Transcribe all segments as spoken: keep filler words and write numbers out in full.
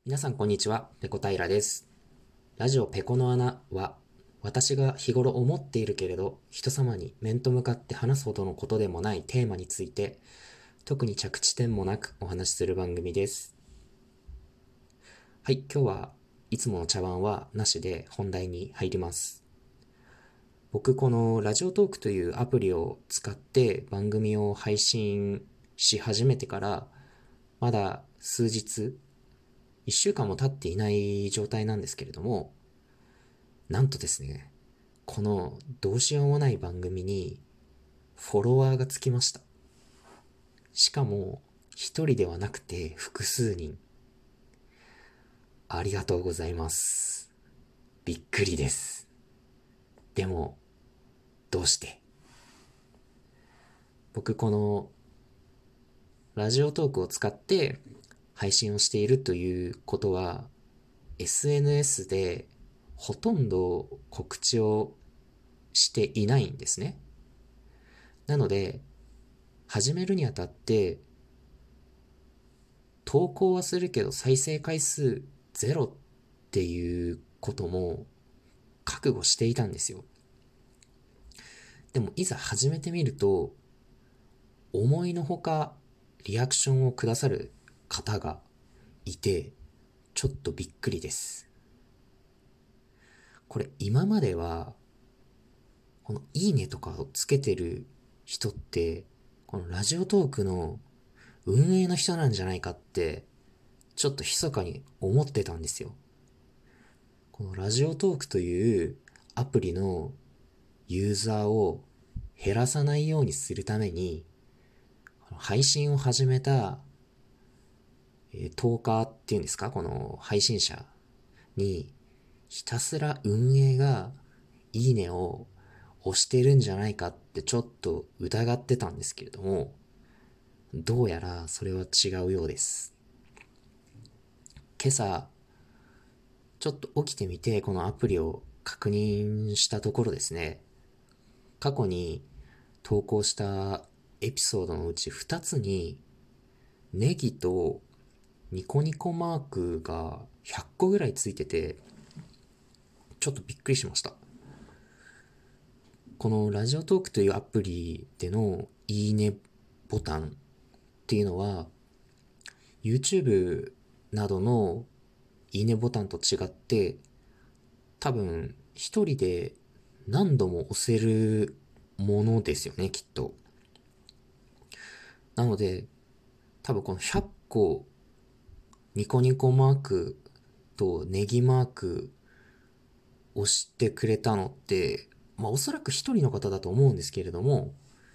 皆さんこんにちは、ペコ平です。ラジオペコの穴は、私が日頃思っているけれど、人様に面と向かって話すほどのことでもないテーマについて、特に着地点もなくお話しする番組です。はい、今日はいつもの茶碗はなしで本題に入ります。僕このラジオトークというアプリを使って番組を配信し始めてから、まだ数日、いっしゅうかんも経っていない状態なんですけれども、なんとですね、このどうしようもない番組にフォロワーがつきました。しかも一人ではなくて複数人。ありがとうございます。びっくりです。でも、どうして僕このラジオトークを使って配信をしているということは エスエヌエス でほとんど告知をしていないんですね。なので、始めるにあたって投稿はするけど再生回数ゼロっていうことも覚悟していたんですよ。でもいざ始めてみると、思いのほかリアクションをくださる方がいて、ちょっとびっくりです。これ今までは、このいいねとかをつけてる人って、このラジオトークの運営の人なんじゃないかって、ちょっと密かに思ってたんですよ。このラジオトークというアプリのユーザーを減らさないようにするために、配信を始めた、えー、トーカーっていうんですか、この配信者に、ひたすら運営がいいねを押してるんじゃないかってちょっと疑ってたんですけれども、どうやらそれは違うようです。今朝、ちょっと起きてみて、このアプリを確認したところですね、過去に投稿したエピソードのうちふたつにネギとニコニコマークがひゃっこぐらいついてて、ちょっとびっくりしました。このラジオトークというアプリでのいいねボタンっていうのは YouTube などのいいねボタンと違って、多分一人で何度も押せるものですよね、きっと。なので多分このひゃっこニコニコマークとネギマーク押してくれたのって、まあおそらく一人の方だと思うんですけれども、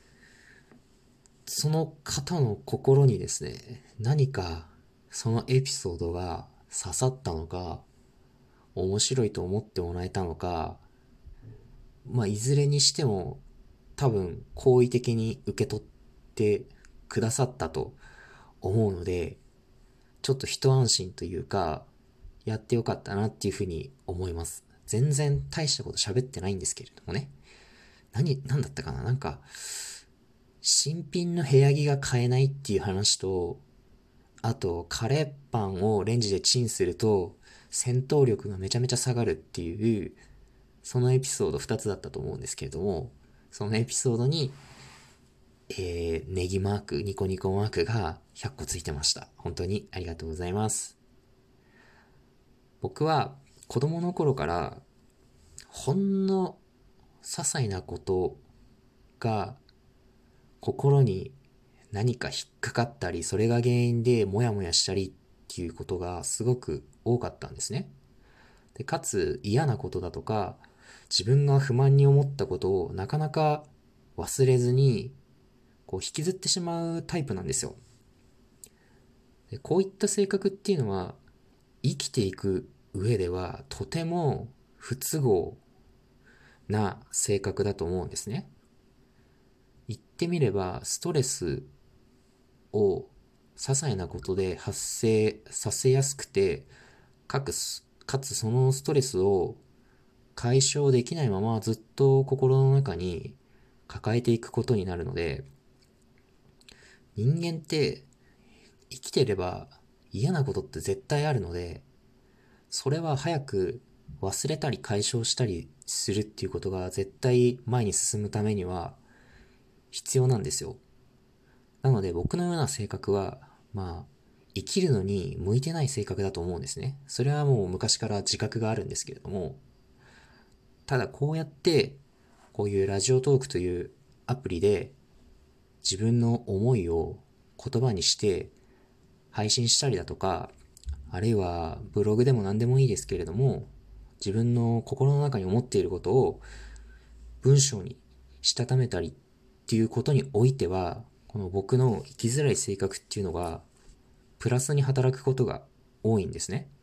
その方の心にですね、何かそのエピソードが刺さったのか、面白いと思ってもらえたのか、まあいずれにしても多分好意的に受け取ってくださったと思うので、ちょっと一安心というか、やってよかったなっていうふうに思います。全然大したこと喋ってないんですけれどもね。何、何だったかな、なんか、新品の部屋着が買えないっていう話と、あと、カレーパンをレンジでチンすると、戦闘力がめちゃめちゃ下がるっていう、そのエピソードふたつだったと思うんですけれども、そのエピソードに、えー、ネギマーク、ニコニコマークがひゃっこついてました。本当にありがとうございます。僕は子供の頃からほんの些細なことが心に何か引っかかったり、それが原因でモヤモヤしたりっていうことがすごく多かったんですね。で、かつ嫌なことだとか、自分が不満に思ったことをなかなか忘れずに、こう引きずってしまうタイプなんですよ。で、こういった性格っていうのは、生きていく上ではとても不都合な性格だと思うんですね。言ってみれば、ストレスを些細なことで発生させやすくて、かつ、かつそのストレスを解消できないままずっと心の中に抱えていくことになるので、人間って生きてれば嫌なことって絶対あるので、それは早く忘れたり解消したりするっていうことが絶対前に進むためには必要なんですよ。なので僕のような性格は、まあ、生きるのに向いてない性格だと思うんですね。それはもう昔から自覚があるんですけれども、ただこうやって、こういうラジオトークというアプリで自分の思いを言葉にして配信したりだとか、あるいはブログでも何でもいいですけれども、自分の心の中に思っていることを文章にしたためたりっていうことにおいては、この僕の生きづらい性格っていうのがプラスに働くことが多いんですね。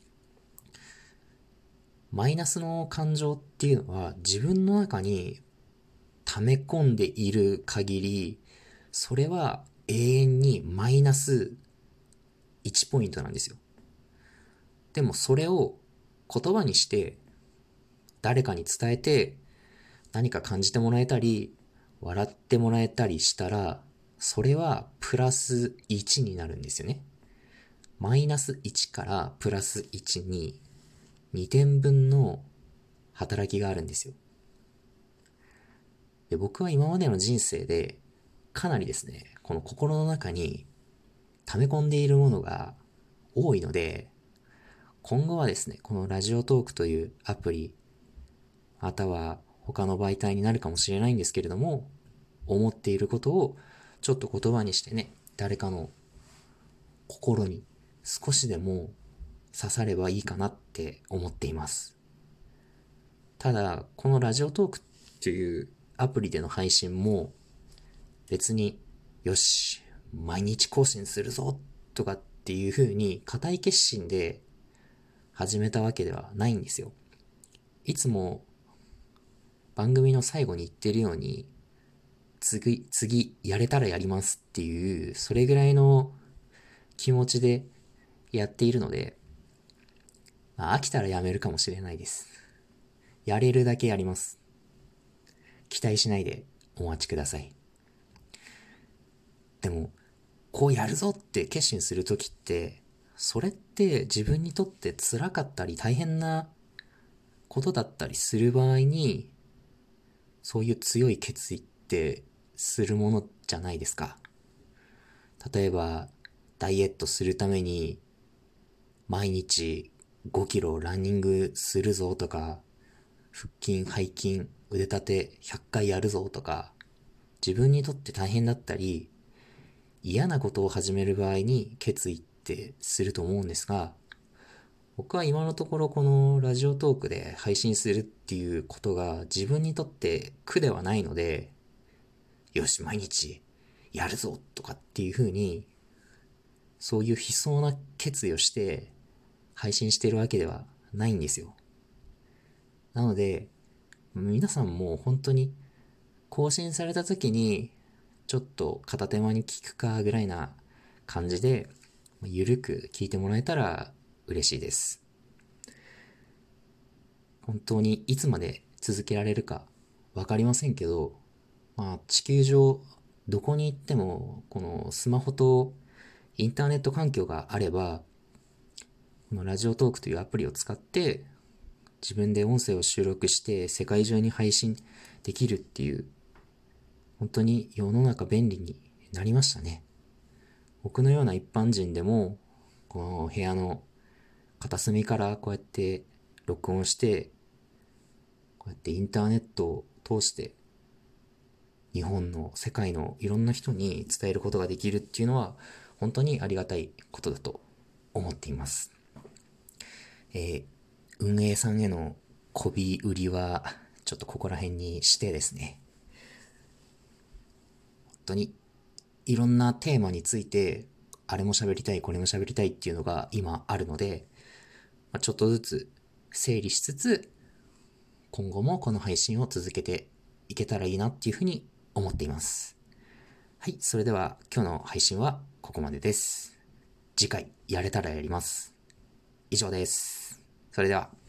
マイナスの感情っていうのは自分の中に溜め込んでいる限り、それは永遠にマイナスいちポイントなんですよ。でもそれを言葉にして誰かに伝えて何か感じてもらえたり笑ってもらえたりしたら、それはプラスいちになるんですよね。マイナスいちからプラスいちににてんぶんの働きがあるんですよ。で、僕は今までの人生でかなりですね、この心の中に溜め込んでいるものが多いので、今後はですね、このラジオトークというアプリ、または他の媒体になるかもしれないんですけれども、思っていることをちょっと言葉にしてね、誰かの心に少しでも刺さればいいかなって思っています。ただ、このラジオトークっていうアプリでの配信も別によし、毎日更新するぞとかっていう風に固い決心で始めたわけではないんですよ。いつも番組の最後に言ってるように、次、次やれたらやりますっていう、それぐらいの気持ちでやっているので、まあ、飽きたらやめるかもしれないです。やれるだけやります。期待しないでお待ちください。でも、こうやるぞって決心するときって、それって自分にとって辛かったり大変なことだったりする場合に、そういう強い決意ってするものじゃないですか。例えば、ダイエットするために毎日ごキロランニングするぞとか、腹筋、背筋、腕立てひゃっかいやるぞとか、自分にとって大変だったり、嫌なことを始める場合に決意ってすると思うんですが、僕は今のところこのラジオトークで配信するっていうことが自分にとって苦ではないので、よし、毎日やるぞとかっていう風に、そういう悲壮な決意をして配信しているわけではないんですよ。なので、皆さんも本当に更新された時にちょっと片手間に聞くかぐらいな感じでゆるく聞いてもらえたら嬉しいです。本当にいつまで続けられるかわかりませんけど、まあ地球上どこに行ってもこのスマホとインターネット環境があれば、このラジオトークというアプリを使って自分で音声を収録して世界中に配信できるっていう、本当に世の中便利になりましたね。僕のような一般人でもこの部屋の片隅からこうやって録音して、こうやってインターネットを通して日本の世界のいろんな人に伝えることができるっていうのは本当にありがたいことだと思っています。えー、運営さんへのこび売りはちょっとここら辺にしてですね、本当にいろんなテーマについてあれも喋りたいこれも喋りたいっていうのが今あるので、まあ、ちょっとずつ整理しつつ今後もこの配信を続けていけたらいいなっていうふうに思っています。はい、それでは今日の配信はここまでです。次回やれたらやります。以上です。それでは。